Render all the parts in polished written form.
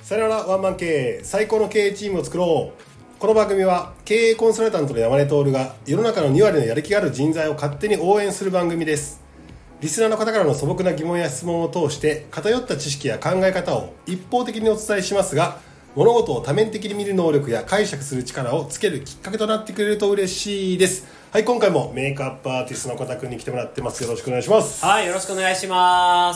さよならワンマン経営、最高の経営チームを作ろう。この番組は経営コンサルタントの山根徹が世の中の2割のやる気がある人材を勝手に応援する番組です。リスナーの方からの素朴な疑問や質問を通して偏った知識や考え方を一方的にお伝えしますが、物事を多面的に見る能力や解釈する力をつけるきっかけとなってくれると嬉しいです。はい、今回もメイクアップアーティストの小田くんに来てもらってます。よろしくお願いします。 はい、よろしくお願いします。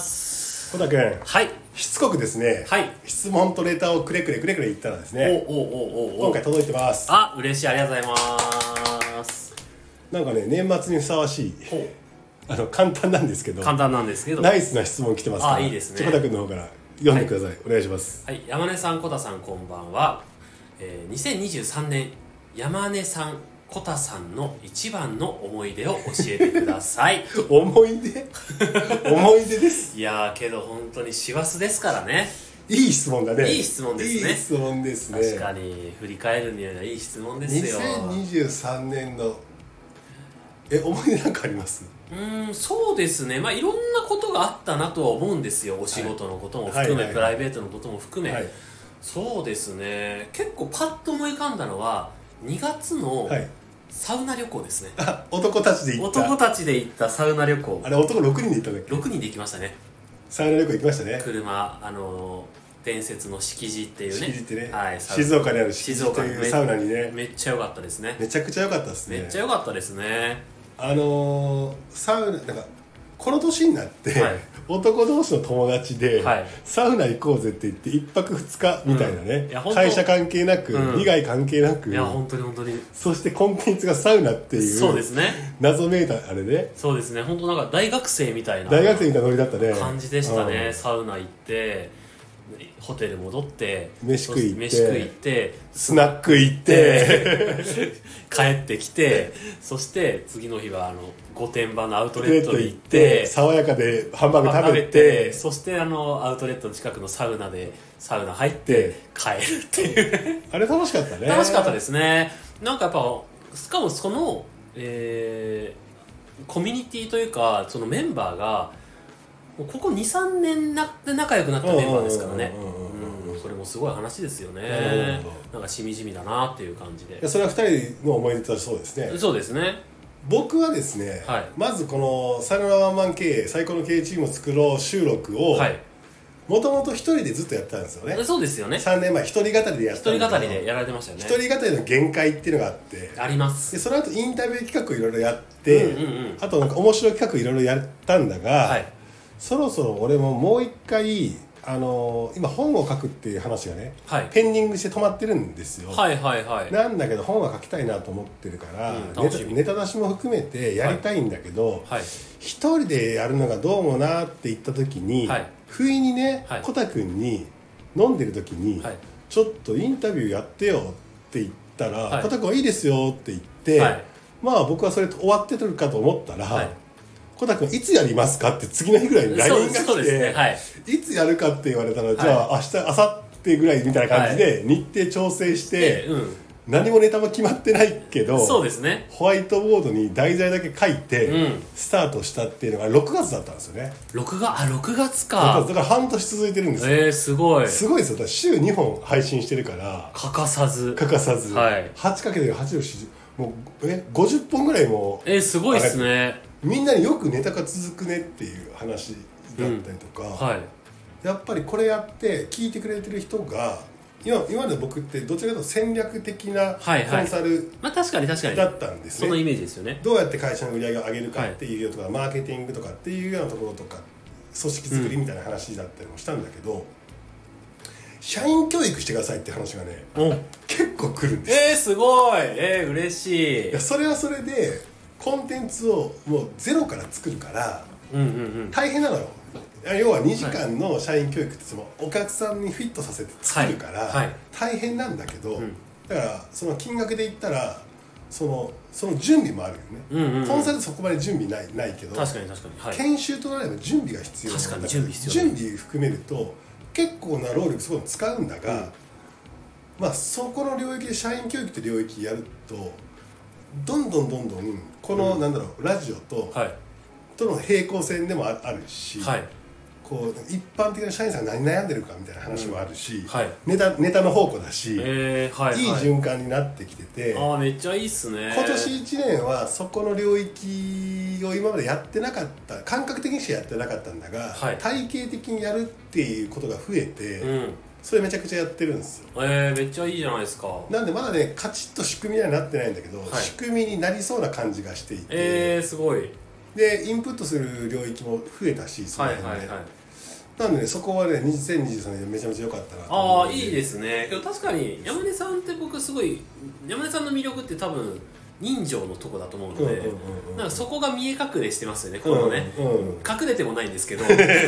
小田くん、 はい、 しつこくですね、 はい、 質問とレターをくれ言ったらですね、今回届いてます。 あ、嬉しい、ありがとうございます。 なんかね、年末にふさわしい簡単なんですけどナイスな質問来てますから、 いいですね。 小田君の方から読んでください、お願いします。 はい、山根さん、小田さん、こんばんは。2023年山根さん、小田さんの一番の思い出を教えてください。 思い出思い出です。 いやー、けど本当に師走ですからね。 いい質問だね。 いい質問ですね。 いい質問ですね。 確かに振り返るにはいい質問ですよ。 2023年の思い出なんかあります？ そうですね、いろんなことがあったなとは思うんですよ。お仕事のことも含め、プライベートのことも含め、そうですね、結構パッと思い浮かんだのは2月のサウナ旅行ですね。 男たちで行ったサウナ旅行。 あれ、男6人で行ったんだっけ？ 6人で行きましたね。 サウナ旅行行きましたね。 伝説の敷地っていうね、 敷地ってね、 はい、 静岡にある敷地というサウナにね、 めっちゃ良かったですね。 めちゃくちゃ良かったですね。 めっちゃ良かったですね。 サウナなんかこの年になって、男同士の友達で、サウナ行こうぜって言って1泊2日みたいなね、会社関係なく、利害関係なく、 いや本当にそしてコンテンツがサウナっていう、 そうですね、 謎めいたあれで、 そうですね、本当なんか大学生みたいなノリだったね、 感じでしたね。サウナ行ってホテル戻って飯食い行ってスナック行って帰ってきて、そして次の日は御殿場のアウトレットに行って爽やかでハンバーグ食べて、 そしてアウトレットの近くのサウナ入って帰るっていうあれ楽しかったね。 楽しかったですね。なんかやっぱしかもその、コミュニティというかそのメンバーがここ 2,3 年で仲良くなったメンバーですからね。それもすごい話ですよね。なんかしみじみだなっていう感じで。 それは2人の思い出とそうですね。 そうですね。 僕はですね、まずこのさよならワンマン経営、最高の経営チームを作ろう収録を、もともと一人でずっとやってたんですよね。 そうですよね。 3年前一人語りでやってたんですけど、 一人語りでやられてましたよね。 一人語りの限界っていうのがあって、 あります。 でその後インタビュー企画をいろいろやって、あとなんか面白い企画いろいろやったんだが、そろそろ俺ももう一回今本を書くっていう話がね、ペンディングして止まってるんですよ。なんだけど本は書きたいなと思ってるから、ネタ出しも含めてやりたいんだけど、一人でやるのがどうもなって言った時に、不意にね、コタ君に飲んでる時に、ちょっとインタビューやってよって言ったら、コタ君はいいですよって言って、まあ僕はそれ終わってるかと思ったら、小田君いつやりますかって次の日ぐらいに LINE が来て、いつやるかって言われたら、じゃあ明日明後日ぐらいみたいな感じで日程調整して、何もネタも決まってないけど、 そうですね、 ホワイトボードに題材だけ書いてスタートしたっていうのが6月だったんですよね。 6月か。 だから半年続いてるんですよ。 すごいですよ。だから週2本配信してるから欠かさず 8×8 もう50本ぐらいもすごいですね。 みんなによくネタが続くねっていう話だったりとか、やっぱりこれやって聞いてくれてる人が今まで僕ってどちらかというと戦略的なコンサルだったんですね。 そのイメージですよね。 どうやって会社の売り上げを上げるかっていうとか、マーケティングとかっていうようなところとか組織作りみたいな話だったりもしたんだけど、社員教育してくださいって話がね、結構来るんです。 すごい嬉しい。 それはそれでコンテンツをもうゼロから作るから大変なのよ。要は2時間の社員教育ってお客さんにフィットさせて作るから大変なんだけど、だからその金額で言ったらその準備もあるよね。コンサルってそこまで準備ないけど、研修となれば準備が必要なんだから、準備含めると結構な労力そこに使うんだが、そこの領域で社員教育って領域やるとどんどんこのラジオとの平行線でもあるし、 こう一般的な社員さんが何悩んでるかみたいな話もあるし、ネタの宝庫だし、いい循環になってきてて、 めっちゃいいっすね。 今年1年はそこの領域を今までやってなかった、感覚的にしかやってなかったんだが、体系的にやるっていうことが増えて、それめちゃくちゃやってるんですよ。 めっちゃいいじゃないですか。 なんでまだねカチッと仕組みにはなってないんだけど、仕組みになりそうな感じがしていて、 すごい。 でインプットする領域も増えたし、その辺で、なんでね、そこはね2023年めちゃめちゃ良かったなと思う。 いいですね。けど確かに山根さんって僕すごい、山根さんの魅力って多分人情のとこだと思うので、なんかそこが見え隠れしてますよね、このね、隠れてもないんですけど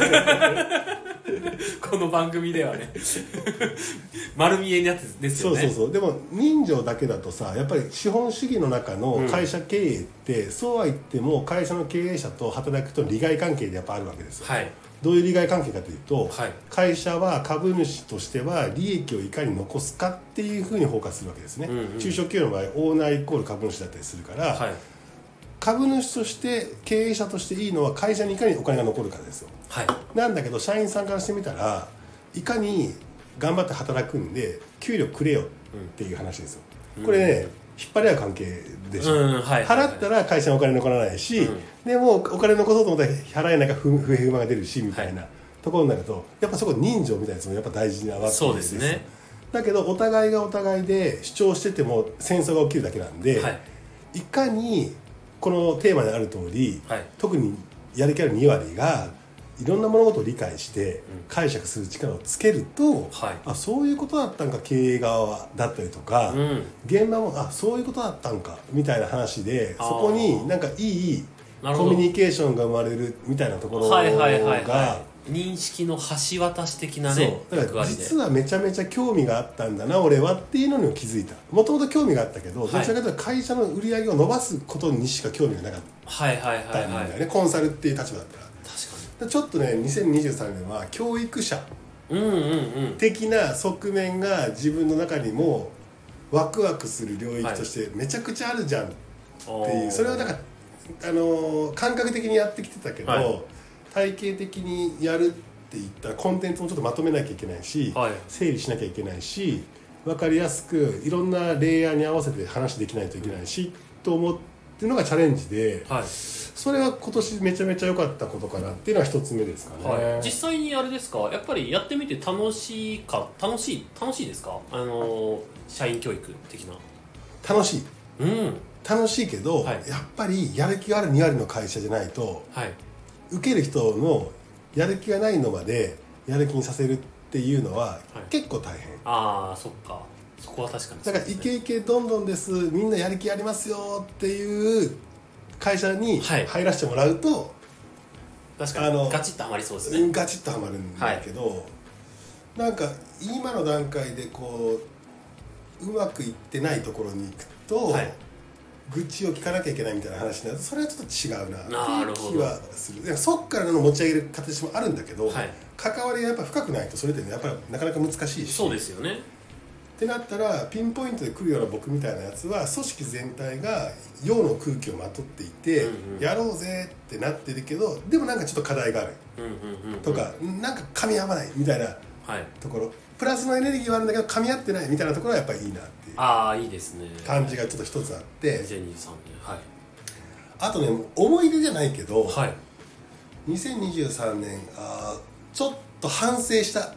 この番組ではね丸見えになってですよね。 そうでも人情だけだとさ、やっぱり資本主義の中の会社経営って、そうは言っても会社の経営者と働くと利害関係でやっぱあるわけですよ。どういう利害関係かというと、会社は株主としては利益をいかに残すかっていうふうにフォーカスするわけですね。中小企業の場合オーナーイコール株主だったりするから、株主として経営者としていいのは会社にいかにお金が残るからですよ。なんだけど社員さんからしてみたら、いかに頑張って働くんで給料くれよっていう話ですよ。これね、引っ張り合う関係でしょ。払ったら会社にお金残らないし、でもお金残そうと思ったら払えないから不平不満が出るしみたいなところになると、やっぱそこ人情みたいなやつもやっぱ大事なわけですよ。 そうですね。 だけどお互いがお互いで主張してても戦争が起きるだけなんで、いかにこのテーマにある通り、特にやる気ある2割がいろんな物事を理解して解釈する力をつけると、そういうことだったんか経営側だったりとか、現場もそういうことだったんかみたいな話で、そこになんかいいコミュニケーションが生まれるみたいなところが、 認識の橋渡し的なね。 だから実はめちゃめちゃ興味があったんだな俺はっていうのにも気づいた。もともと興味があったけど、どちらかというと会社の売り上げを伸ばすことにしか興味がなかったんだよね、コンサルっていう立場だったら。ちょっとね2023年は教育者的な側面が自分の中にもワクワクする領域としてめちゃくちゃあるじゃんっていう、それはなんか感覚的にやってきてたけど、体系的にやるって言ったらコンテンツもちょっとまとめなきゃいけないし、整理しなきゃいけないし、分かりやすくいろんなレイヤーに合わせて話できないといけないしと思ってるのがチャレンジで、それは今年めちゃめちゃ良かったことかなっていうのは一つ目ですかね。 実際にあれですか、やっぱりやってみて楽しいですか？社員教育的な。 楽しい、楽しいけど、やっぱりやる気がある2割の会社じゃないと、受ける人のやる気がないのまでやる気にさせるっていうのは結構大変。 そっか、そこは確かに、 だからイケイケどんどんです、みんなやる気ありますよっていう会社に入らせてもらうと、 確かにガチッとはまりそうですね。 ガチッとはまるんだけど、なんか今の段階でこうまくいってないところに行くと、愚痴を聞かなきゃいけないみたいな話になると、それはちょっと違うなっていう気はする。そっからの持ち上げる形もあるんだけど、関わりがやっぱ深くないとそれってやっぱりなかなか難しいし。 そうですよね。 ってなったらピンポイントで来るような僕みたいなやつは組織全体が陽の空気をまとっていて、やろうぜってなってるけど、でもなんかちょっと課題があるとか、なんか噛み合わないみたいなところ、プラスのエネルギーはあるんだけど噛み合ってないみたいなところはやっぱりいいなっていういいですね感じがちょっと一つあって、 2023年、 あとね、思い出じゃないけど、2023年ちょっと反省した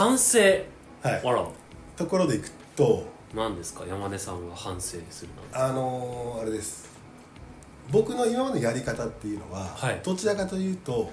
ところでいくと、 何ですか、山根さんが反省するのあれです。僕の今までのやり方っていうのは、どちらかというと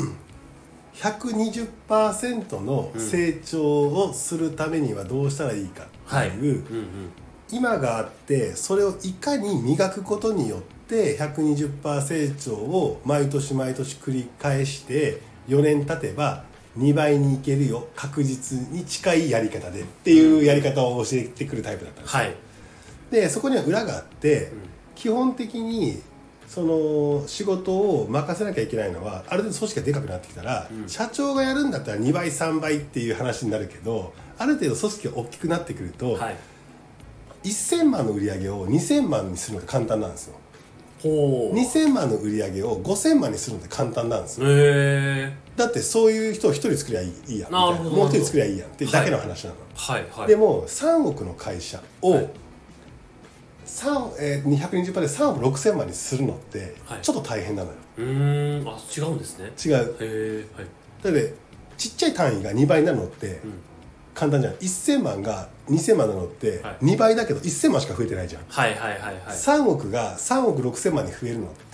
120% の成長をするためにはどうしたらいいかっていう、今があって、それをいかに磨くことによって 120% 成長を毎年毎年繰り返して4年経てば2倍にいけるよ、確実に近いやり方でっていうやり方を教えてくるタイプだったんですよ。でそこには裏があって、基本的にその仕事を任せなきゃいけないのは、ある程度組織がでかくなってきたら、社長がやるんだったら2倍3倍っていう話になるけど、ある程度組織が大きくなってくると、1000万の売り上げを2000万にするのが簡単なんですよ。 2000万の売り上げを5000万にするのって簡単なんですよ。だってそういう人を1人作りゃいいやんみたいな、もう1人作りゃいいやんってだけの話なの、 はいはい、 でも3億の会社を、はい、220%で3億6000万にするのってちょっと大変なのよ。 あ、違うんですね。 違う。はい、だってちっちゃい単位が2倍になるのって簡単じゃん。1000万が2000万なのって2倍だけど1000万しか増えてないじゃん。3億が3億6000万に増えるのって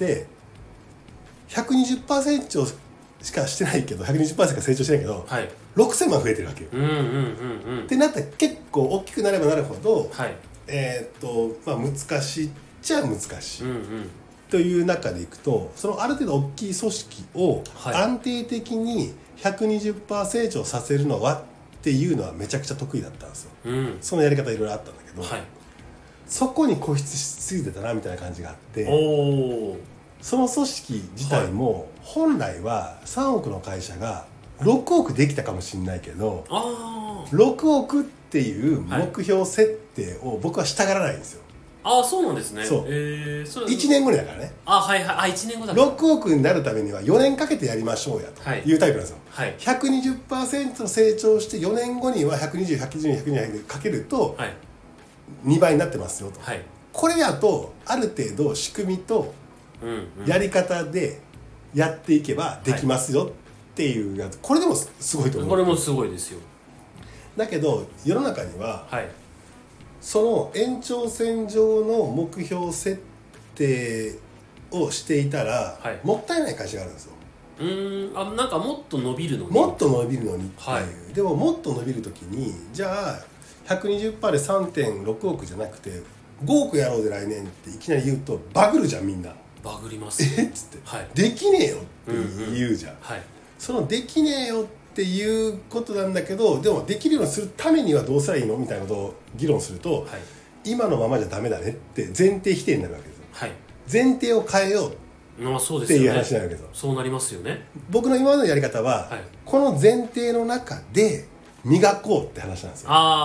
120% しかしてないけど 120% しか成長してないけど、はい、6000万増えてるわけよ。ってなったら結構大きくなればなるほど、はい、難しいっちゃ難しい、という中でいくと、そのある程度大きい組織を安定的に 120% 成長させるのはっていうのはめちゃくちゃ得意だったんですよ、そのやり方いろいろあったんだけど、はい、そこに固執しすぎてたなみたいな感じがあって、その組織自体も本来は3億の会社が6億できたかもしれないけど、6億っていう目標設定を僕はしたがらないんですよ。 そうなんですね。 そう、1年後にだからね。 1年後だから 6億になるためには4年かけてやりましょうやというタイプなんですよ、はい、120% 成長して4年後には120、120、120かけると2倍になってますよと、はい、これやとある程度仕組みとやり方でやっていけばできますよっていうやつ、これでもすごいと思う。 これもすごいですよ。 だけど世の中には、はい、その延長線上の目標設定をしていたら、はい、もったいない会社があるんですよ。 なんかもっと伸びるのにっていう、はい、でももっと伸びるときにじゃあ 120% で 3.6 億じゃなくて5億やろうで来年っていきなり言うとバグるじゃん。みんなバグりますっつって、はい、できねえよって言うじゃん、はい、そのできねえよっていうことなんだけど、でもできるようにするためにはどうしたらいいのみたいなことを議論すると、はい、今のままじゃダメだねって前提否定になるわけですよ、はい、前提を変えようっていう話になるわけですよ。 そうなりますよね。 僕の今までのやり方は、はい、この前提の中で磨こうって話なんですよ。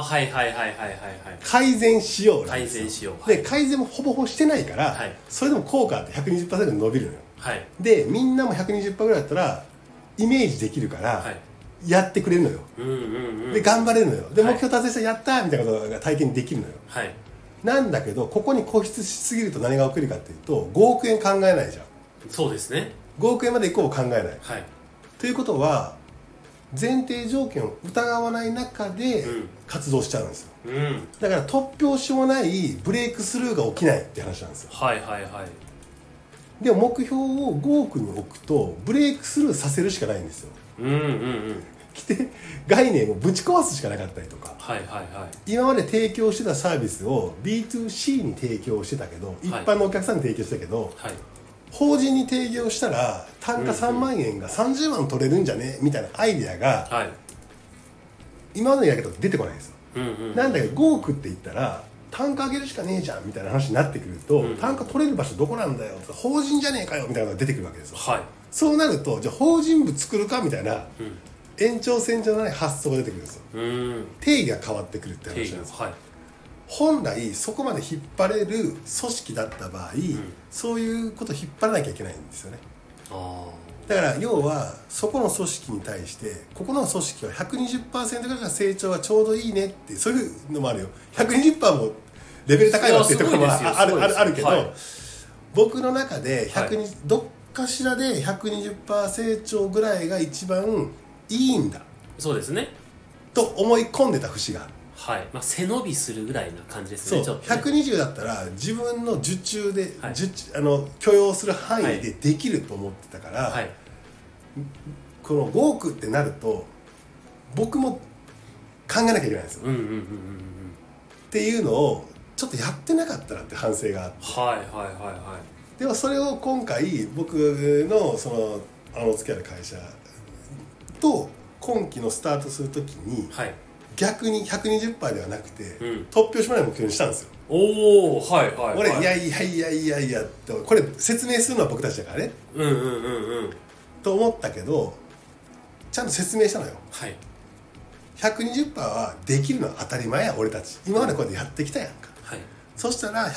改善しようなんですよ。で改善もほぼほぼしてないから、はい、それでも効果って 120% 伸びるのよ、はい、でみんなも 120% ぐらいだったらイメージできるから、はい、やってくれるのよ、で頑張れるのよ。で目標達成したらやったーみたいなことが体験できるのよ、はい、なんだけどここに固執しすぎると何が起きるかっていうと5億円考えないじゃん。 そうですね。 5億円まで以降を考えない、はい、ということは前提条件を疑わない中で活動しちゃうんですよ、だから突拍子もないブレイクスルーが起きないって話なんですよ。でも目標を5億に置くとブレイクスルーさせるしかないんですよ。来て概念をぶち壊すしかなかったりとか、今まで提供してたサービスを B2C に提供してたけど、一般のお客さんに提供してたけど、法人に提供したら単価3万円が30万取れるんじゃねみたいなアイデアが、今までのやり方出てこないんですよ、なんだけど5億って言ったら単価上げるしかねえじゃんみたいな話になってくると、単価取れる場所どこなんだよ、法人じゃねえかよみたいなのが出てくるわけですよ、そうなるとじゃあ法人部作るかみたいな、延長線上のない発想が出てくるんですよ、定義が変わってくるって話なんですよ、本来そこまで引っ張れる組織だった場合、そういうことを引っ張らなきゃいけないんですよね。だから要はそこの組織に対してここの組織は 120% ぐらいが成長がちょうどいいねってそういうのもあるよ。 120% もレベル高いわっていうところもあるけど、僕の中でどっかしらで 120% 成長ぐらいが一番いいんだ、 そうですねと思い込んでた節がある。 背伸びするぐらいな感じですね。 そう、120だったら自分の受注で、許容する範囲でできると思ってたから、この5億ってなると僕も考えなきゃいけないんですよ、っていうのをちょっとやってなかったなって反省があって、でもそれを今回僕のその付き合う会社と今期のスタートするときに、逆に 120% ではなくて、突拍子もない目標にしたんですよ。俺いやってこれ説明するのは僕たちだからね、と思ったけどちゃんと説明したのよ、120% はできるのは当たり前や俺たち今までこうやってやってきたやんか、 そしたら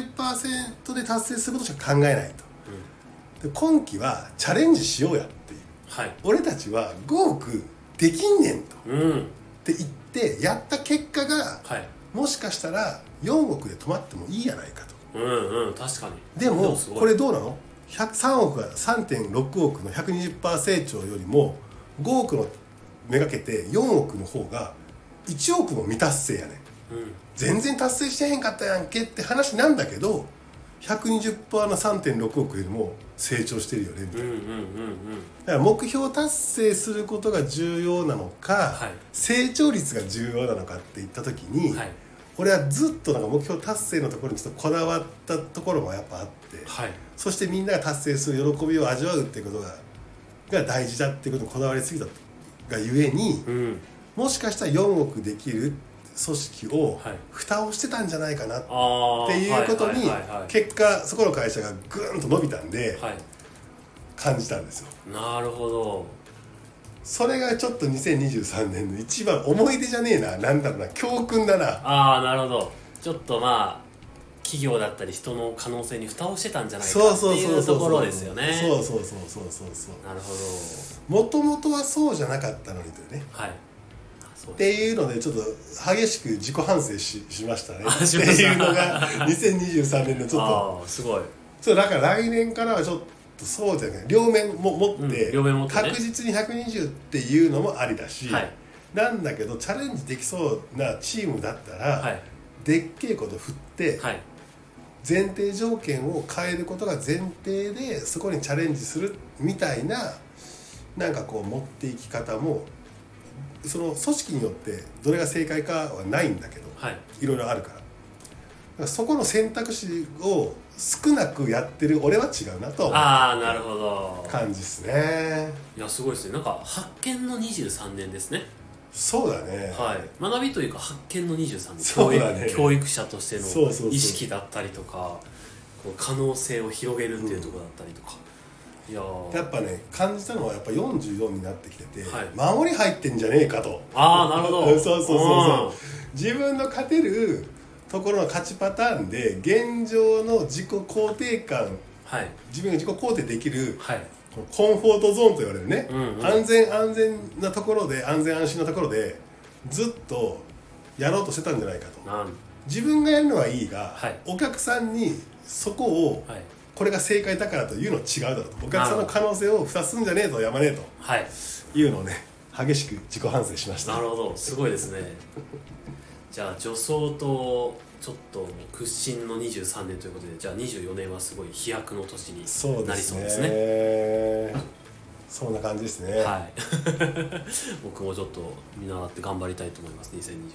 120% で達成することしか考えないと、で今期はチャレンジしようやっていう、 はい、 俺たちは5億できんねんと、って言ってやった結果が、はい、もしかしたら4億で止まってもいいやないかと。 確かに。 でもこれどうなの、3億が 3.6 億の 120% 成長よりも5億のめがけて4億の方が1億も未達成やねん、全然達成してへんかったやんけって話なんだけど 120% の 3.6 億よりも成長してるよねみたいな、だから目標達成することが重要なのか、はい、成長率が重要なのかっていった時に、はい、俺はずっとなんか目標達成のところにちょっとこだわったところもやっぱあって、はい、そしてみんなが達成する喜びを味わうっていうことが大事だっていうことにこだわりすぎたがゆえに、もしかしたら4億できる組織を蓋をしてたんじゃないかなっていうことに結果そこの会社がグーンと伸びたんで感じたんですよ。 なるほど。 それがちょっと2023年の一番思い出じゃねえな、なんだろうな、教訓だな。 なるほど。ちょっとまあ企業だったり人の可能性に蓋をしてたんじゃないかっていうところですよね。 そうなるほど。もともとはそうじゃなかったのにというね。はい。っていうのでちょっと激しく自己反省 しましたねっていうのが2023年のちょっとすごい。 そうだから来年からはちょっとそうじゃない、両面も持って、確実に120っていうのもありだし、はい、なんだけどチャレンジできそうなチームだったら、はい、でっけえこと振って、はい、前提条件を変えることが前提でそこにチャレンジするみたいな、なんかこう持っていき方もその組織によってどれが正解かはないんだけど、はい、いろいろあるから、だからそこの選択肢を少なくやってる俺は違うなと思う。 なるほど。 感じですね。 いやすごいですね。なんか発見の23年ですね。 そうだね。 はい。学びというか発見の23年。 そうだね。 教育者としての意識だったりとか、こう可能性を広げるっていうところだったりとか。いややっぱね感じたのはやっぱ44になってきてて、はい、守り入ってんじゃねえかと。 なるほど。 そう自分の勝てるところの勝ちパターンで現状の自己肯定感、はい、自分が自己肯定できる、はい、コンフォートゾーンと言われるね、安全なところで安全安心なところでずっとやろうとしてたんじゃないかと。自分がやるのはいいが、はい、お客さんにそこを、はい、これが正解だからというのは違うだろうと、お客さんの可能性を蓋すんじゃねえとやまねえと、はい、いうのをね激しく自己反省しました。 なるほど、すごいですね。じゃあ助走とちょっと屈伸の23年ということで、じゃあ24年はすごい飛躍の年になりそうですね。 そんな感じですね。 はい。僕もちょっと見習って頑張りたいと思います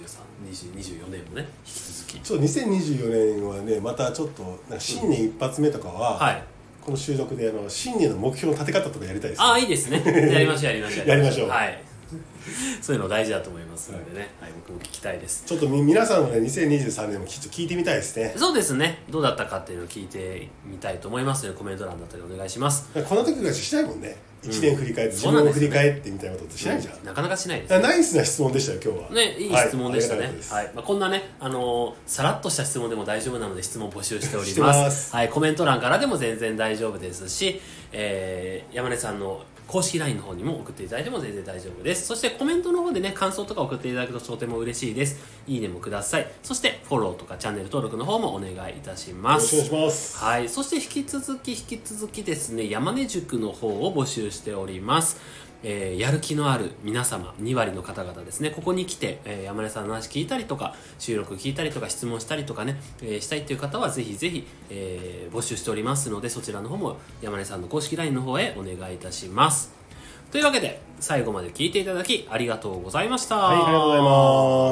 。2024年もね引き続き。 ちょっと2024年はねまたちょっと新年一発目とかは、はい、この収録で新年の目標の立て方とかやりたいですね。 いいですね。やりましょう。 やりましょう。 はい。そういうの大事だと思いますのでね、はい、僕も聞きたいです。 ちょっと皆さんのね2023年もきっと聞いてみたいですね。 そうですね、どうだったかっていうのを聞いてみたいと思いますのでコメント欄だったりお願いします。 この時ぐらいしないもんね、1年振り返って、自分を振り返ってみたいなことってしないじゃん、 なかなかしないです、ね、 ナイスな質問でしたよ今日はね。いい質問でしたね。はい、こんなねさらっとした質問でも大丈夫なので質問募集しております。はい、コメント欄からでも全然大丈夫ですし、山根さんの公式 LINE の方にも送っていただいても全然大丈夫です。そしてコメントの方でね感想とか送っていただくととても嬉しいです。いいねもください。そしてフォローとかチャンネル登録の方もお願いいたします。 よろしくお願いします。 はい、そして引き続きですね山根塾の方を募集しております。やる気のある皆様2割の方々ですね、ここに来て、山根さんの話聞いたりとか収録聞いたりとか質問したりとかね、したいという方はぜひぜひ、募集しておりますので、そちらの方も山根さんの公式 LINE の方へお願いいたします。というわけで最後まで聞いていただきありがとうございました。 はい、ありがとうございます。